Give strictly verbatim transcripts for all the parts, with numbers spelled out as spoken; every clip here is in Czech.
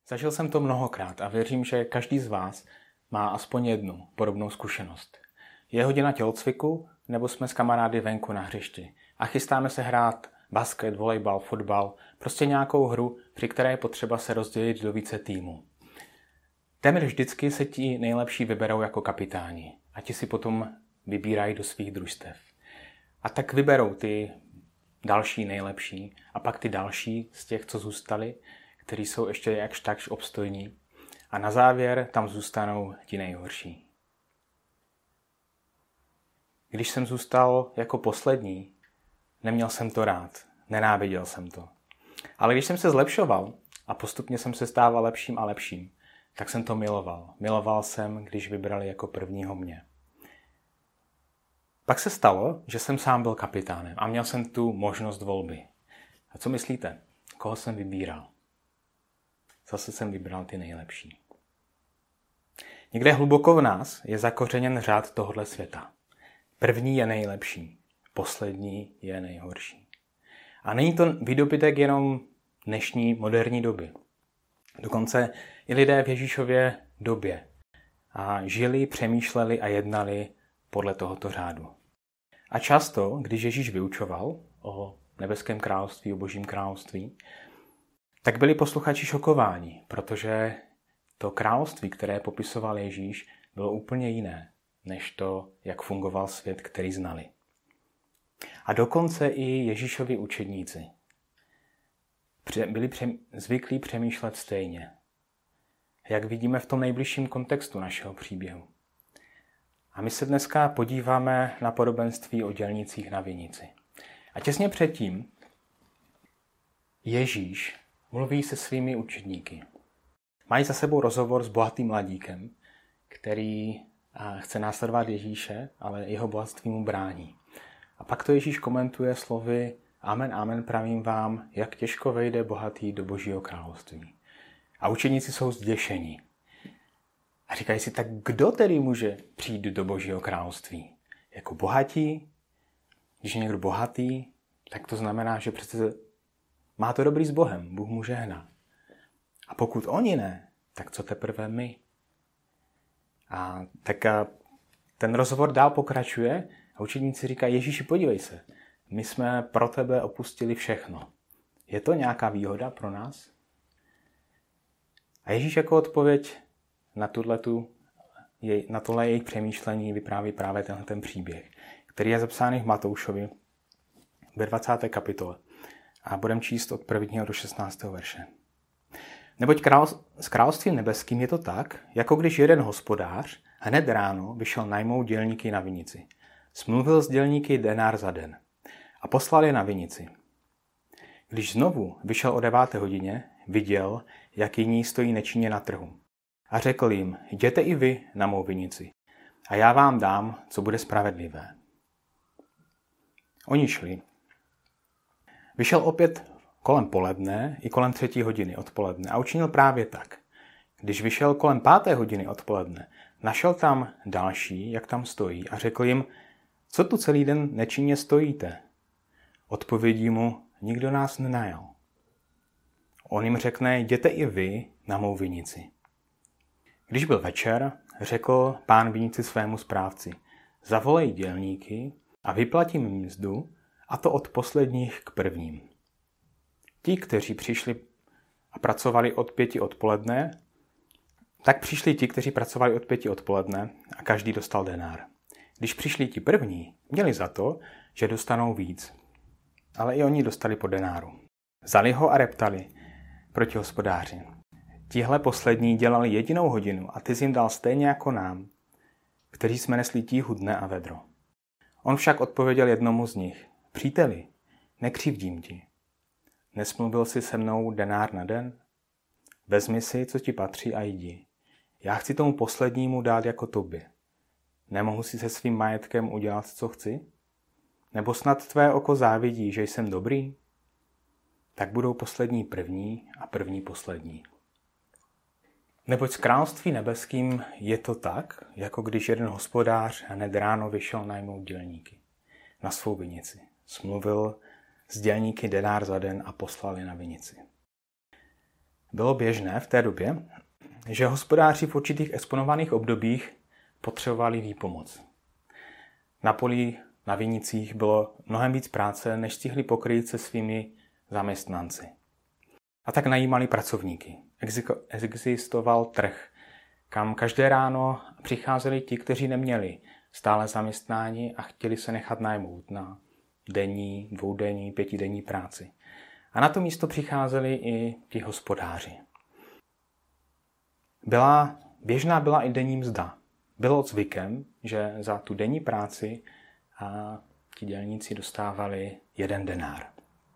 Zažil jsem to mnohokrát a věřím, že každý z vás má aspoň jednu podobnou zkušenost. Je hodina tělocviku, nebo jsme s kamarády venku na hřišti a chystáme se hrát basket, volejbal, fotbal, prostě nějakou hru, při které je potřeba se rozdělit do více týmů. Téměř vždycky se ti nejlepší vyberou jako kapitáni a ti si potom vybírají do svých družstev. A tak vyberou ty další nejlepší a pak ty další z těch, co zůstali, kteří jsou ještě jakž takž obstojní. A na závěr tam zůstanou ti nejhorší. Když jsem zůstal jako poslední, neměl jsem to rád, nenáviděl jsem to. Ale když jsem se zlepšoval a postupně jsem se stával lepším a lepším, tak jsem to miloval. Miloval jsem, když vybrali jako prvního mě. Pak se stalo, že jsem sám byl kapitánem a měl jsem tu možnost volby. A co myslíte? Koho jsem vybíral? Zase jsem vybral ty nejlepší. Někde hluboko v nás je zakořeněn řád tohohle světa. První je nejlepší, poslední je nejhorší. A není to výdobytek jenom dnešní moderní doby. Dokonce i lidé v Ježíšově době a žili, přemýšleli a jednali podle tohoto řádu. A často, když Ježíš vyučoval o nebeském království, o božím království, tak byli posluchači šokováni, protože to království, které popisoval Ježíš, bylo úplně jiné, než to, jak fungoval svět, který znali. A dokonce i Ježíšovi učedníci byli zvyklí přemýšlet stejně. Jak vidíme v tom nejbližším kontextu našeho příběhu. A my se dneska podíváme na podobenství o dělnících na vinici. A těsně předtím Ježíš mluví se svými učedníky. Mají za sebou rozhovor s bohatým mladíkem, který chce následovat Ježíše, ale jeho bohatství mu brání. A pak to Ježíš komentuje slovy Amen, amen, pravím vám, jak těžko vejde bohatý do božího království. A učeníci jsou zděšení. A říkají si, tak kdo tedy může přijít do božího království? Jako bohatí? Když je někdo bohatý, tak to znamená, že přece má to dobrý s Bohem, Bůh mu žehná. A pokud oni ne, tak co teprve my? A tak a ten rozhovor dál pokračuje a učeníci říkají, Ježíši, podívej se, my jsme pro tebe opustili všechno. Je to nějaká výhoda pro nás? A Ježíš jako odpověď na, tuhletu, na tohle jejich přemýšlení vypráví právě tenhle ten příběh, který je zapsáný v Matoušovi ve dvacáté kapitole. A budeme číst od prvního do šestnáctého verše. Neboť král, s královstvím nebeským je to tak, jako když jeden hospodář hned ráno vyšel najmout dělníky na vinici. Smluvil s dělníky denár za den a poslal je na vinici. Když znovu vyšel o deváté hodině, viděl, jak jiní stojí nečinně na trhu. A řekl jim, jděte i vy na mou vinici a já vám dám, co bude spravedlivé. Oni šli. Vyšel opět kolem poledne i kolem třetí hodiny odpoledne a učinil právě tak. Když vyšel kolem páté hodiny odpoledne, našel tam další, jak tam stojí a řekl jim, co tu celý den nečinně stojíte? Odpovědí mu, nikdo nás nenajal. On jim řekne, jděte i vy na mou vinici. Když byl večer, řekl pán vinici svému správci, zavolej dělníky a vyplatím jim mzdu, a to od posledních k prvním. Ti, kteří přišli a pracovali od pěti odpoledne, tak přišli ti, kteří pracovali od pěti odpoledne a každý dostal denár. Když přišli ti první, měli za to, že dostanou víc. Ale i oni dostali po denáru. Vzali ho a reptali proti hospodáři. Tihle poslední dělali jedinou hodinu a ty jsi jim dal stejně jako nám, kteří jsme nesli tíhu dne a vedro. On však odpověděl jednomu z nich. Příteli, nekřivdím ti. Nesmluvil jsi se mnou denár na den? Vezmi si, co ti patří a jdi. Já chci tomu poslednímu dát jako tobě. Nemohu si se svým majetkem udělat, co chci? Nebo snad tvé oko závidí, že jsem dobrý? Tak budou poslední první a první poslední. Neboť s království nebeským je to tak, jako když jeden hospodář hned ráno vyšel najmout dělníky na svou vinici. Smluvil s dělníky denár za den a poslal je na vinici. Bylo běžné v té době, že hospodáři v určitých exponovaných obdobích potřebovali výpomoc. Na poli, na vinicích bylo mnohem víc práce, než stihli pokrýt se svými zaměstnanci. A tak najímali pracovníky. Existoval trh, kam každé ráno přicházeli ti, kteří neměli stále zaměstnání a chtěli se nechat najmout na denní, dvoudenní, pětidenní práci. A na to místo přicházeli i ti hospodáři. Byla, běžná byla i denní mzda. Bylo zvykem, že za tu denní práci a ti dělníci dostávali jeden denár.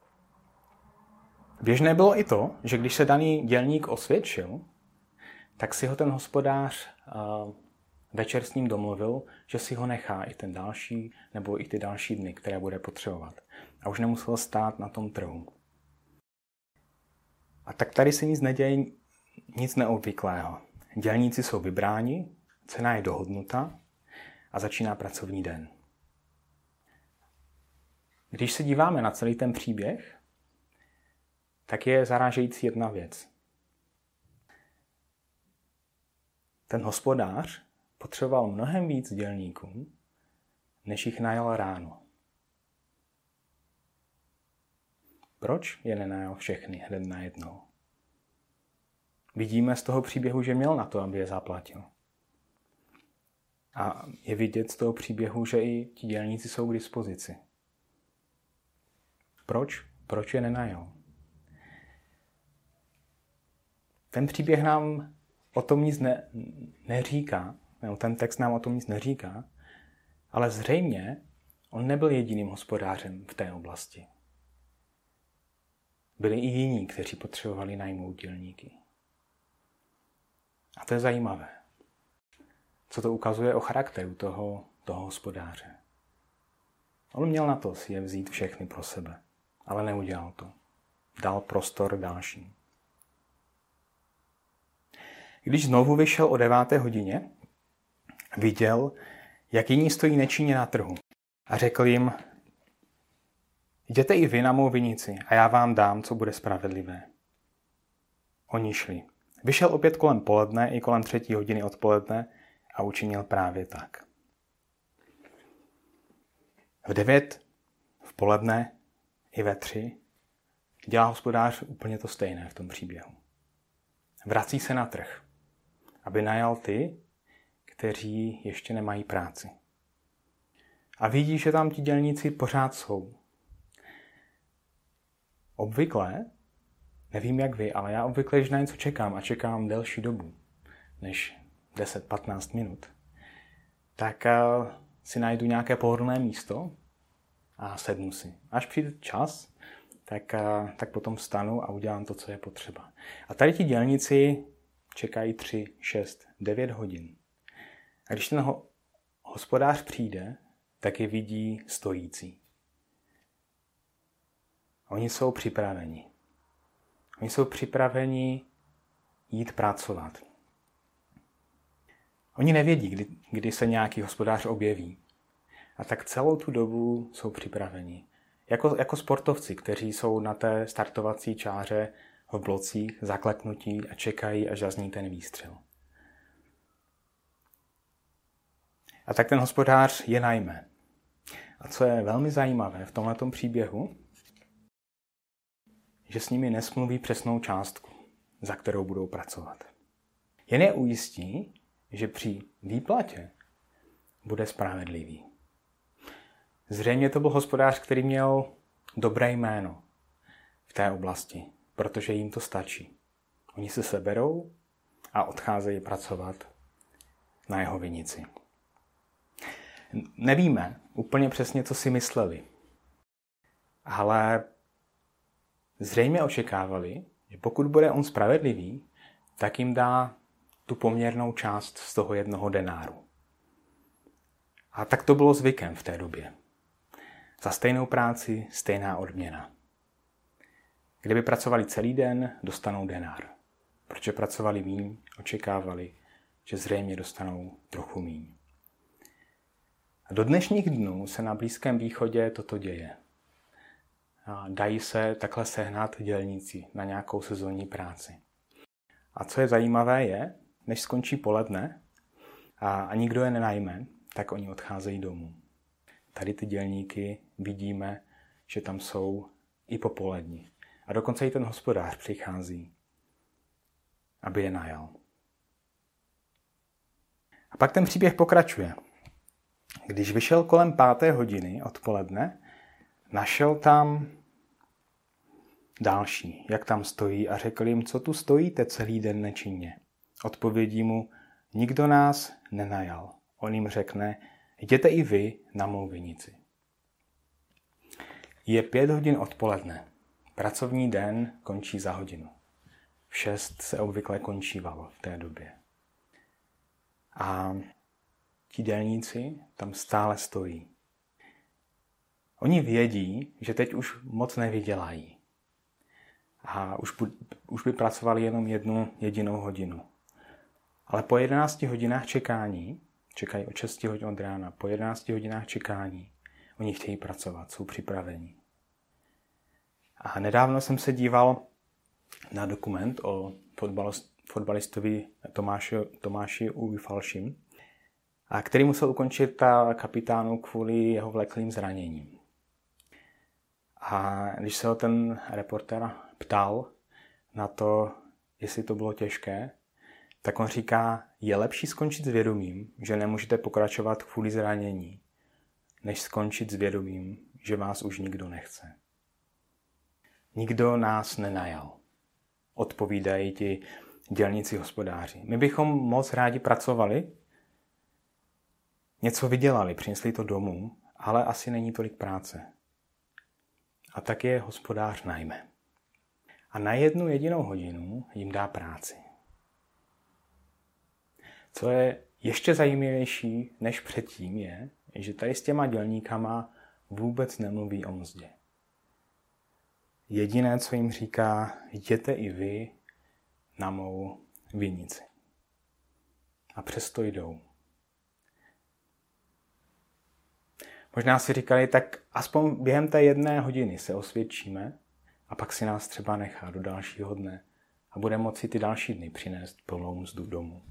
Běžné bylo i to, že když se daný dělník osvědčil, tak si ho ten hospodář večer s ním domluvil, že si ho nechá i ten další nebo i ty další dny, které bude potřebovat. A už nemusel stát na tom trhu. A tak tady se nic neděje, nic neobvyklého. Dělníci jsou vybráni, cena je dohodnuta a začíná pracovní den. Když se díváme na celý ten příběh, tak je zarážející jedna věc. Ten hospodář potřeboval mnohem víc dělníků, než jich najal ráno. Proč je nenajal všechny hned najednou? Vidíme z toho příběhu, že měl na to, aby je zaplatil. A je vidět z toho příběhu, že i ti dělníci jsou k dispozici. Proč? Proč je nenajal? Ten příběh nám o tom nic ne, neříká, nebo ten text nám o tom nic neříká, ale zřejmě on nebyl jediným hospodářem v té oblasti. Byli i jiní, kteří potřebovali najmout dělníky. A to je zajímavé. Co to ukazuje o charakteru toho, toho hospodáře. On měl na to si je vzít všechny pro sebe, ale neudělal to. Dal prostor dalším. Když znovu vyšel o deváté hodině, viděl, jak jiní stojí nečinně na trhu a řekl jim: jděte i vy na mou vinici a já vám dám, co bude spravedlivé. Oni šli. Vyšel opět kolem poledne i kolem třetí hodiny odpoledne a učinil právě tak. V devět, v poledne i ve tři dělá hospodář úplně to stejné v tom příběhu. Vrací se na trh, aby najal ty, kteří ještě nemají práci. A vidí, že tam ti dělníci pořád jsou. Obvykle, nevím jak vy, ale já obvykle, když na něco čekám a čekám delší dobu, než deset patnáct minut, tak si najdu nějaké pohodlné místo a sednu si. Až přijde čas, tak, tak potom vstanu a udělám to, co je potřeba. A tady ti dělníci čekají tři, šest, devět hodin. A když ten hospodář přijde, tak je vidí stojící. Oni jsou připraveni. Oni jsou připraveni jít pracovat. Oni nevědí, kdy, kdy se nějaký hospodář objeví. A tak celou tu dobu jsou připraveni. Jako, jako sportovci, kteří jsou na té startovací čáře v blocích, zakleknutí a čekají, až zazní ten výstřel. A tak ten hospodář je najme. A co je velmi zajímavé v tomhletom příběhu, že s nimi nesmluví přesnou částku, za kterou budou pracovat. Jen je ujistí, že při výplatě bude spravedlivý. Zřejmě to byl hospodář, který měl dobré jméno v té oblasti, protože jim to stačí. Oni se seberou a odcházejí pracovat na jeho vinici. Nevíme úplně přesně, co si mysleli, ale zřejmě očekávali, že pokud bude on spravedlivý, tak jim dá tu poměrnou část z toho jednoho denáru. A tak to bylo zvykem v té době. Za stejnou práci stejná odměna. Kdyby pracovali celý den, dostanou denár. Protože pracovali míň, očekávali, že zřejmě dostanou trochu míň. A do dnešních dnů se na Blízkém východě toto děje. A dají se takhle sehnat dělníci na nějakou sezónní práci. A co je zajímavé je, než skončí poledne a, a nikdo je nenajme, tak oni odcházejí domů. Tady ty dělníky vidíme, že tam jsou i po poledni. A dokonce i ten hospodář přichází, aby je najal. A pak ten příběh pokračuje. Když vyšel kolem páté hodiny odpoledne, našel tam další, jak tam stojí, a řekl jim, co tu stojíte celý den nečinně. Odpovědí mu, nikdo nás nenajal. On jim řekne, jděte i vy na mou vinici. Je pět hodin odpoledne. Pracovní den končí za hodinu. V šest se obvykle končívalo v té době. A ti dělníci tam stále stojí. Oni vědí, že teď už moc nevydělají. A už, bu, už by pracovali jenom jednu jedinou hodinu. Ale po jedenácti hodinách čekání, čekají od šesti hodin od rána, po jedenácti hodinách čekání, oni chtějí pracovat, jsou připraveni. A nedávno jsem se díval na dokument o fotbalistovi Tomáši, Tomáši Ujfalším, a který musel ukončit kapitánu kvůli jeho vleklým zraněním. A když se ho ten reportér ptal na to, jestli to bylo těžké, tak on říká, je lepší skončit s vědomím, že nemůžete pokračovat kvůli zranění, než skončit s vědomím, že vás už nikdo nechce. Nikdo nás nenajal, odpovídají ti dělníci hospodáři. My bychom moc rádi pracovali, něco vydělali, přinesli to domů, ale asi není tolik práce. A tak je hospodář najme. A na jednu jedinou hodinu jim dá práci. Co je ještě zajímavější než předtím je, že tady s těma dělníkama vůbec nemluví o mzdě. Jediné, co jim říká, jděte i vy na mou vinici. A přesto jdou. Možná si říkali, tak aspoň během té jedné hodiny se osvědčíme a pak si nás třeba nechá do dalšího dne a bude moci ty další dny přinést plnou mzdu domů.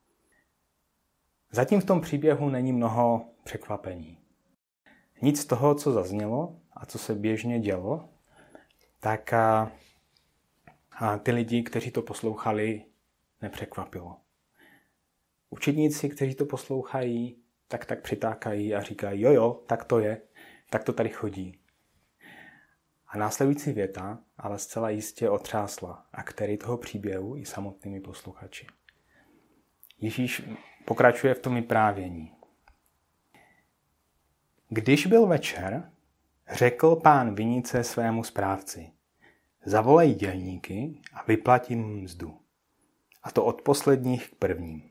Zatím v tom příběhu není mnoho překvapení. Nic z toho, co zaznělo a co se běžně dělo, tak a, a ty lidi, kteří to poslouchali, nepřekvapilo. Učedníci, kteří to poslouchají, tak tak přitákají a říkají, jo jo, tak to je, tak to tady chodí. A následující věta ale zcela jistě otřásla aktéry toho příběhu i samotnými posluchači. Ježíš pokračuje v tom vyprávění. Když byl večer, řekl pán vinice svému správci, zavolej dělníky a vyplatím mzdu. A to od posledních k prvním.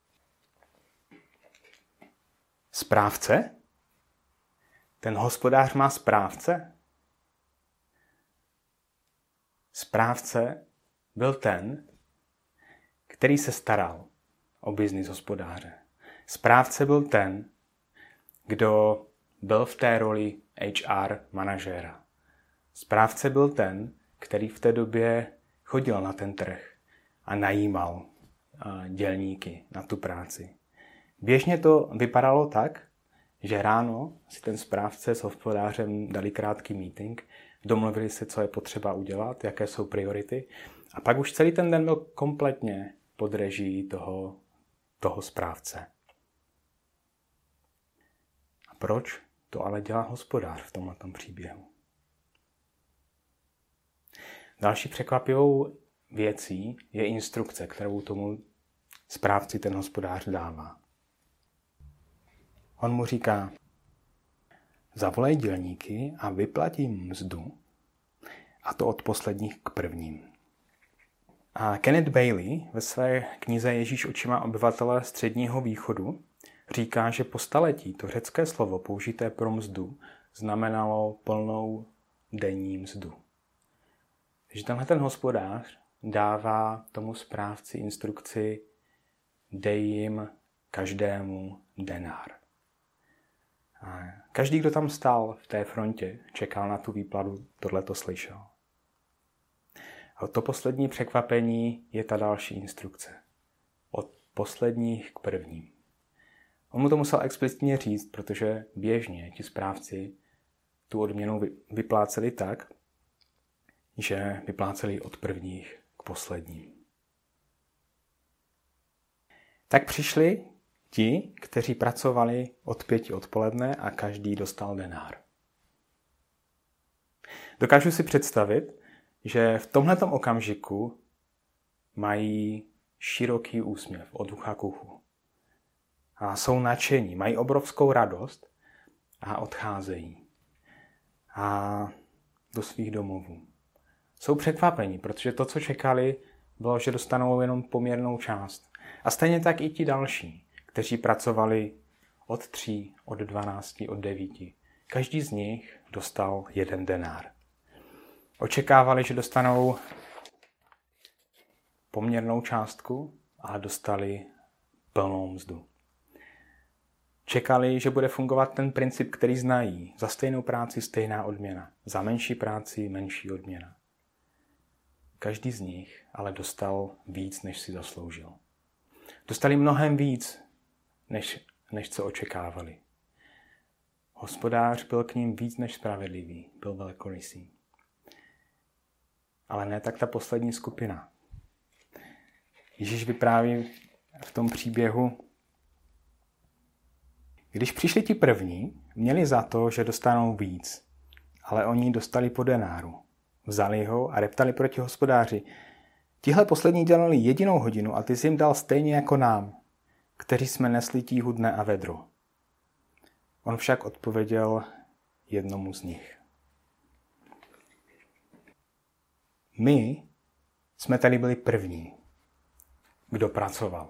Správce? Ten hospodář má správce? Správce byl ten, který se staral o biznis hospodáře. Správce byl ten, kdo byl v té roli há er manažéra. Správce byl ten, který v té době chodil na ten trh a najímal dělníky na tu práci. Běžně to vypadalo tak, že ráno si ten správce s hospodářem dali krátký meeting, domluvili se, co je potřeba udělat, jaké jsou priority, a pak už celý ten den byl kompletně pod režií toho, toho správce. A proč to ale dělá hospodář v tomto příběhu? Další překvapivou věcí je instrukce, kterou tomu správci ten hospodář dává. On mu říká, zavolej dělníky a vyplatí mzdu, a to od posledních k prvním. A Kenneth Bailey ve své knize Ježíš očima obyvatele Středního východu říká, že po staletí to řecké slovo použité pro mzdu znamenalo plnou denní mzdu. Takže tenhle ten hospodář dává tomu správci instrukci, dej jim každému denár. A každý, kdo tam stál v té frontě, čekal na tu výplatu, tohle to slyšel. To poslední překvapení je ta další instrukce. Od posledních k prvním. On mu to musel explicitně říct, protože běžně ti správci tu odměnu vypláceli tak, že vypláceli od prvních k posledním. Tak přišli ti, kteří pracovali od pěti odpoledne a každý dostal denár. Dokážu si představit, že v tomhletom okamžiku mají široký úsměv od ucha k uchu. A jsou nadšení, mají obrovskou radost a odcházejí. A do svých domovů. Jsou překvapení, protože to, co čekali, bylo, že dostanou jenom poměrnou část. A stejně tak i ti další, kteří pracovali od tří, od dvanácti, od devíti. Každý z nich dostal jeden denár. Očekávali, že dostanou poměrnou částku, ale dostali plnou mzdu. Čekali, že bude fungovat ten princip, který znají. Za stejnou práci stejná odměna. Za menší práci menší odměna. Každý z nich ale dostal víc, než si zasloužil. Dostali mnohem víc, než, než co očekávali. Hospodář byl k ním víc než spravedlivý. Byl velkorysý. Ale ne tak ta poslední skupina. Ježíš vypráví v tom příběhu, když přišli ti první, měli za to, že dostanou víc, ale oni dostali po denáru. Vzali ho a reptali proti hospodáři. Tihle poslední dělali jedinou hodinu a ty jsi jim dal stejně jako nám, kteří jsme nesli tíhu dne a vedro. On však odpověděl jednomu z nich. My jsme tady byli první, kdo pracoval.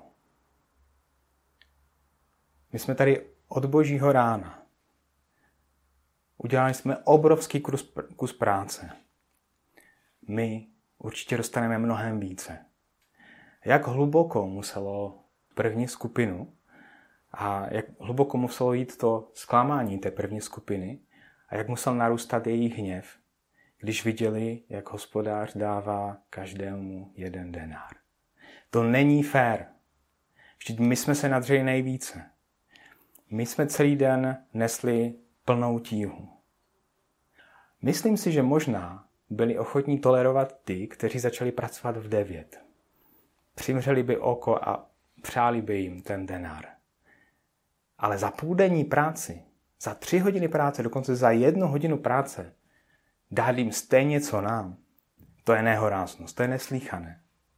My jsme tady od božího rána. Udělali jsme obrovský kus, kus práce. My určitě dostaneme mnohem více. Jak hluboko muselo první skupinu a jak hluboko muselo jít to zklamání té první skupiny a jak musel narůstat jejich hněv, když viděli, jak hospodář dává každému jeden denár. To není fér. Vždyť my jsme se nadřeli nejvíce. My jsme celý den nesli plnou tíhu. Myslím si, že možná byli ochotní tolerovat ty, kteří začali pracovat v devět. Přimřeli by oko a přáli by jim ten denár. Ale za půldenní práci, za tři hodiny práce, dokonce za jednu hodinu práce, dát jim stejně co nám, to je nehoráznost, to je neslýchané.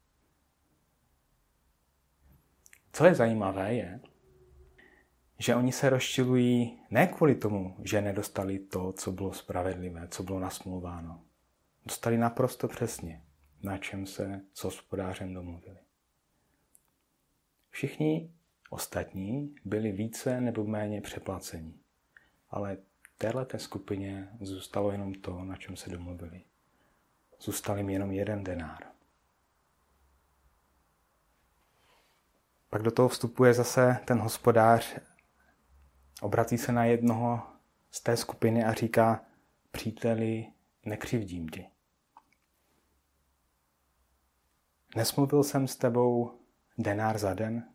Co je zajímavé je, že oni se rozčilují ne kvůli tomu, že nedostali to, co bylo spravedlivé, co bylo nasmlouváno. Dostali naprosto přesně, na čem se s hospodářem domluvili. Všichni ostatní byli více nebo méně přeplacení, ale téhleté skupině zůstalo jenom to, na čem se domluvili. Zůstal jim jenom jeden denár. Pak do toho vstupuje zase ten hospodář, obrací se na jednoho z té skupiny a říká: příteli, nekřivdím ti. Nesmluvil jsem s tebou denár za den?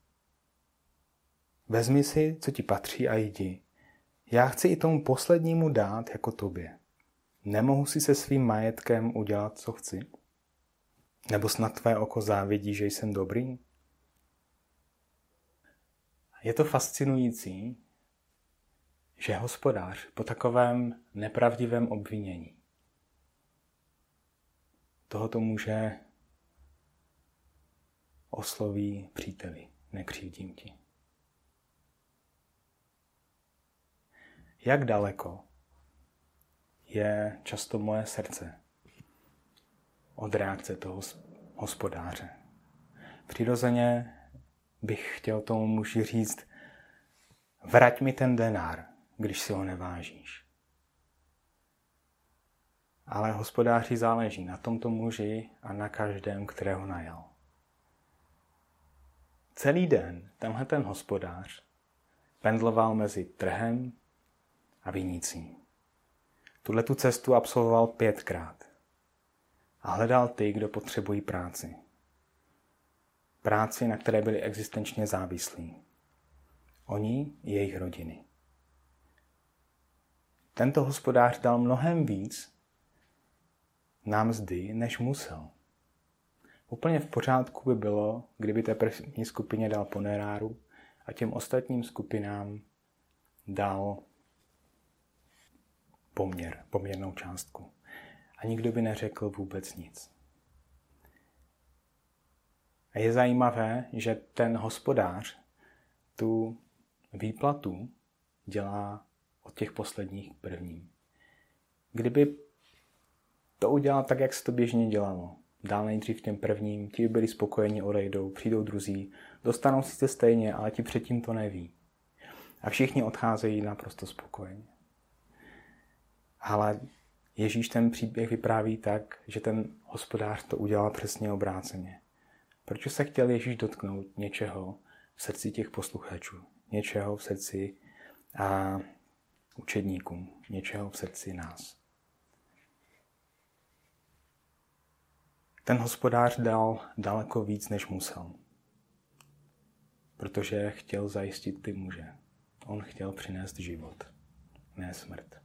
Vezmi si, co ti patří a jdi. Já chci i tomu poslednímu dát jako tobě. Nemohu si se svým majetkem udělat, co chci? Nebo snad tvé oko závidí, že jsem dobrý? Je to fascinující, že hospodář po takovém nepravdivém obvinění tohoto muže osloví: příteli, nekřivdím ti. Jak daleko je často moje srdce od reakce toho hospodáře? Přirozeně bych chtěl tomu muži říct: vrať mi ten denár, když si ho nevážíš. Ale hospodáři záleží na tomto muži a na každém, kterého najal. Celý den tenhle ten hospodář pendloval mezi trhem a vinicí. Tuhle tu cestu absolvoval pětkrát. a hledal ty, kdo potřebují práci. Práci, na které byli existenčně závislí. Oni i jejich rodiny. Tento hospodář dal mnohem víc na mzdy, než musel. Úplně v pořádku by bylo, kdyby té první skupině dal poneráru a těm ostatním skupinám dal poměr, poměrnou částku. A nikdo by neřekl vůbec nic. A je zajímavé, že ten hospodář tu výplatu dělá od těch posledních k prvním. Kdyby to udělal tak, jak se to běžně dělalo, dál nejdřív těm prvním, ti by byli spokojeni, odejdou, přijdou druzí, dostanou sice stejně, ale ti předtím to neví. A všichni odcházejí naprosto spokojeni. Ale Ježíš ten příběh vypráví tak, že ten hospodář to udělal přesně obráceně. Proč se chtěl Ježíš dotknout něčeho v srdci těch posluchačů, něčeho v srdci a učedníků, něčeho v srdci nás. Ten hospodář dal daleko víc, než musel. Protože chtěl zajistit ty muže. On chtěl přinést život, ne smrt.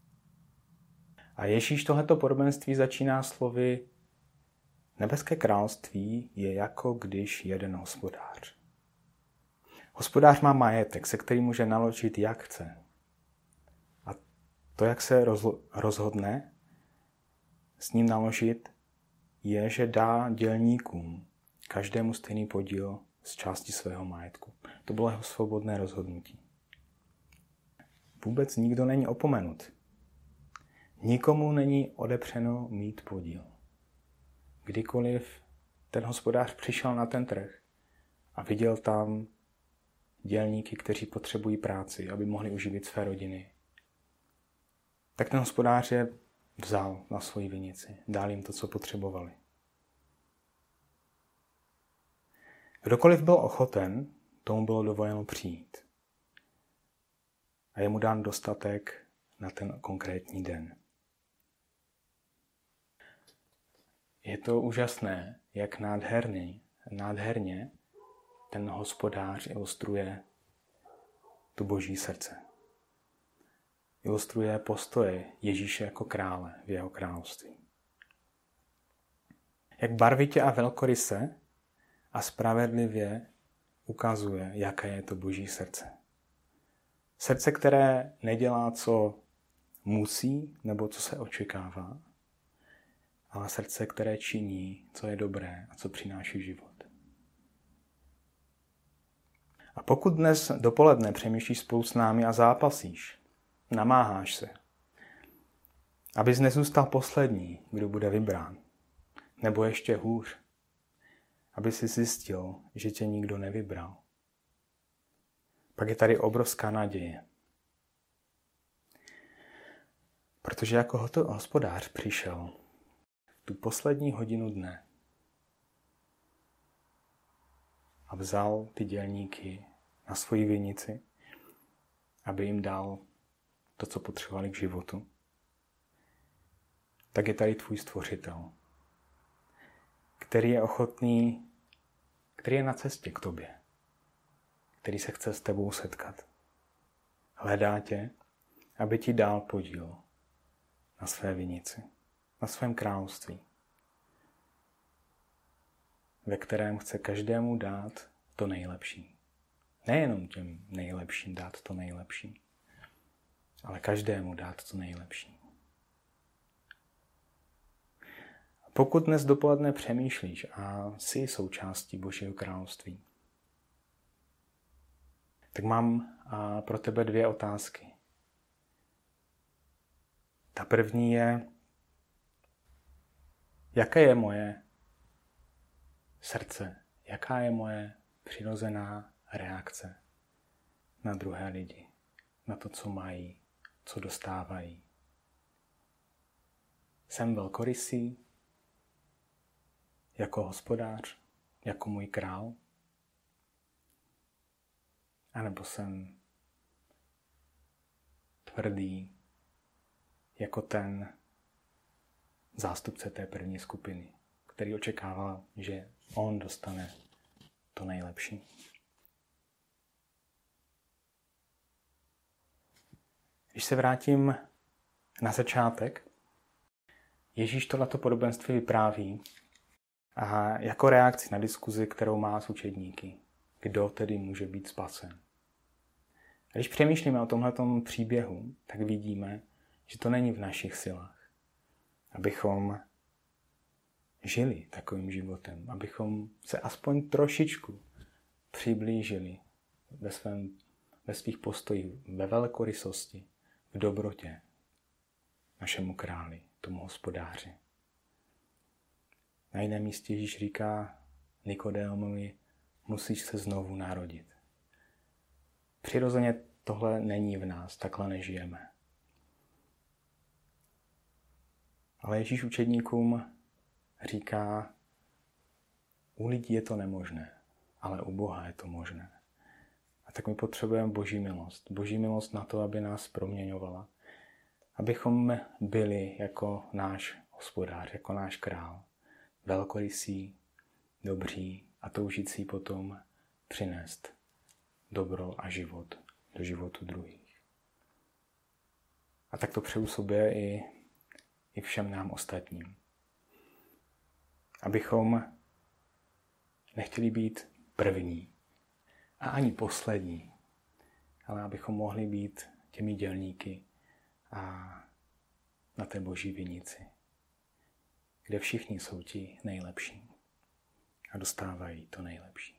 A Ježíš tohleto podobenství začíná slovy: Nebeské království je jako když jeden hospodář. Hospodář má majetek, se kterým může naložit, jak chce. A to, jak se rozhodne s ním naložit, je, že dá dělníkům každému stejný podíl z části svého majetku. To bylo jeho svobodné rozhodnutí. Vůbec nikdo není opomenut. Nikomu není odepřeno mít podíl. Kdykoliv ten hospodář přišel na ten trh a viděl tam dělníky, kteří potřebují práci, aby mohli uživit své rodiny, tak ten hospodář je vzal na svoji vinici, dal jim to, co potřebovali. Kdokoliv byl ochoten, tomu bylo dovoleno přijít. A je mu dán dostatek na ten konkrétní den. Je to úžasné, jak nádherný, nádherně ten hospodář ilustruje tu boží srdce. Ilustruje postoje Ježíše jako krále v jeho království. Jak barvitě a velkoryse a spravedlivě ukazuje, jaké je to boží srdce. Srdce, které nedělá, co musí nebo co se očekává, ale srdce, které činí, co je dobré a co přináší život. A pokud dnes dopoledne přemýšlíš spolu s námi a zápasíš, namáháš se, abys nezůstal poslední, kdo bude vybrán, nebo ještě hůř, aby si zjistil, že tě nikdo nevybral, pak je tady obrovská naděje. Protože jako hospodář přišel tu poslední hodinu dne a vzal ty dělníky na svoji vinici, aby jim dal to, co potřebovali k životu, tak je tady tvůj stvořitel, který je ochotný, který je na cestě k tobě, který se chce s tebou setkat. Hledá tě, aby ti dal podíl na své vinici, na svém království, ve kterém chce každému dát to nejlepší. Nejenom těm nejlepším dát to nejlepší, ale každému dát to nejlepší. Pokud dnes dopoledne přemýšlíš a jsi součástí Božího království, tak mám pro tebe dvě otázky. Ta první je, jaké je moje srdce, jaká je moje přirozená reakce na druhé lidi, na to, co mají, co dostávají. Jsem velkorysý jako hospodář, jako můj král? A nebo jsem tvrdý jako ten, zástupce té první skupiny, který očekával, že on dostane to nejlepší. Když se vrátím na začátek, Ježíš tohleto podobenství vypráví a jako reakci na diskuzi, kterou má s učedníky, kdo tedy může být spasen. A když přemýšlíme o tomhletom příběhu, tak vidíme, že to není v našich silách, abychom žili takovým životem, abychom se aspoň trošičku přiblížili ve, svém, ve svých postojích, ve velkorysosti, v dobrotě našemu králi, tomu hospodáři. Na jiném místě Ježíš říká Nikodémovi, musíš se znovu narodit. Přirozeně tohle není v nás, takhle nežijeme. Ale Ježíš učedníkům říká, u lidí je to nemožné, ale u Boha je to možné. A tak my potřebujeme Boží milost. Boží milost na to, aby nás proměňovala. Abychom byli jako náš hospodář, jako náš král. Velkorysí, dobří a toužící potom přinést dobro a život do životu druhých. A tak to přeju sobě i, i všem nám ostatním. Abychom nechtěli být první a ani poslední, ale abychom mohli být těmi dělníky a na té Boží vinici, kde všichni jsou ti nejlepší a dostávají to nejlepší.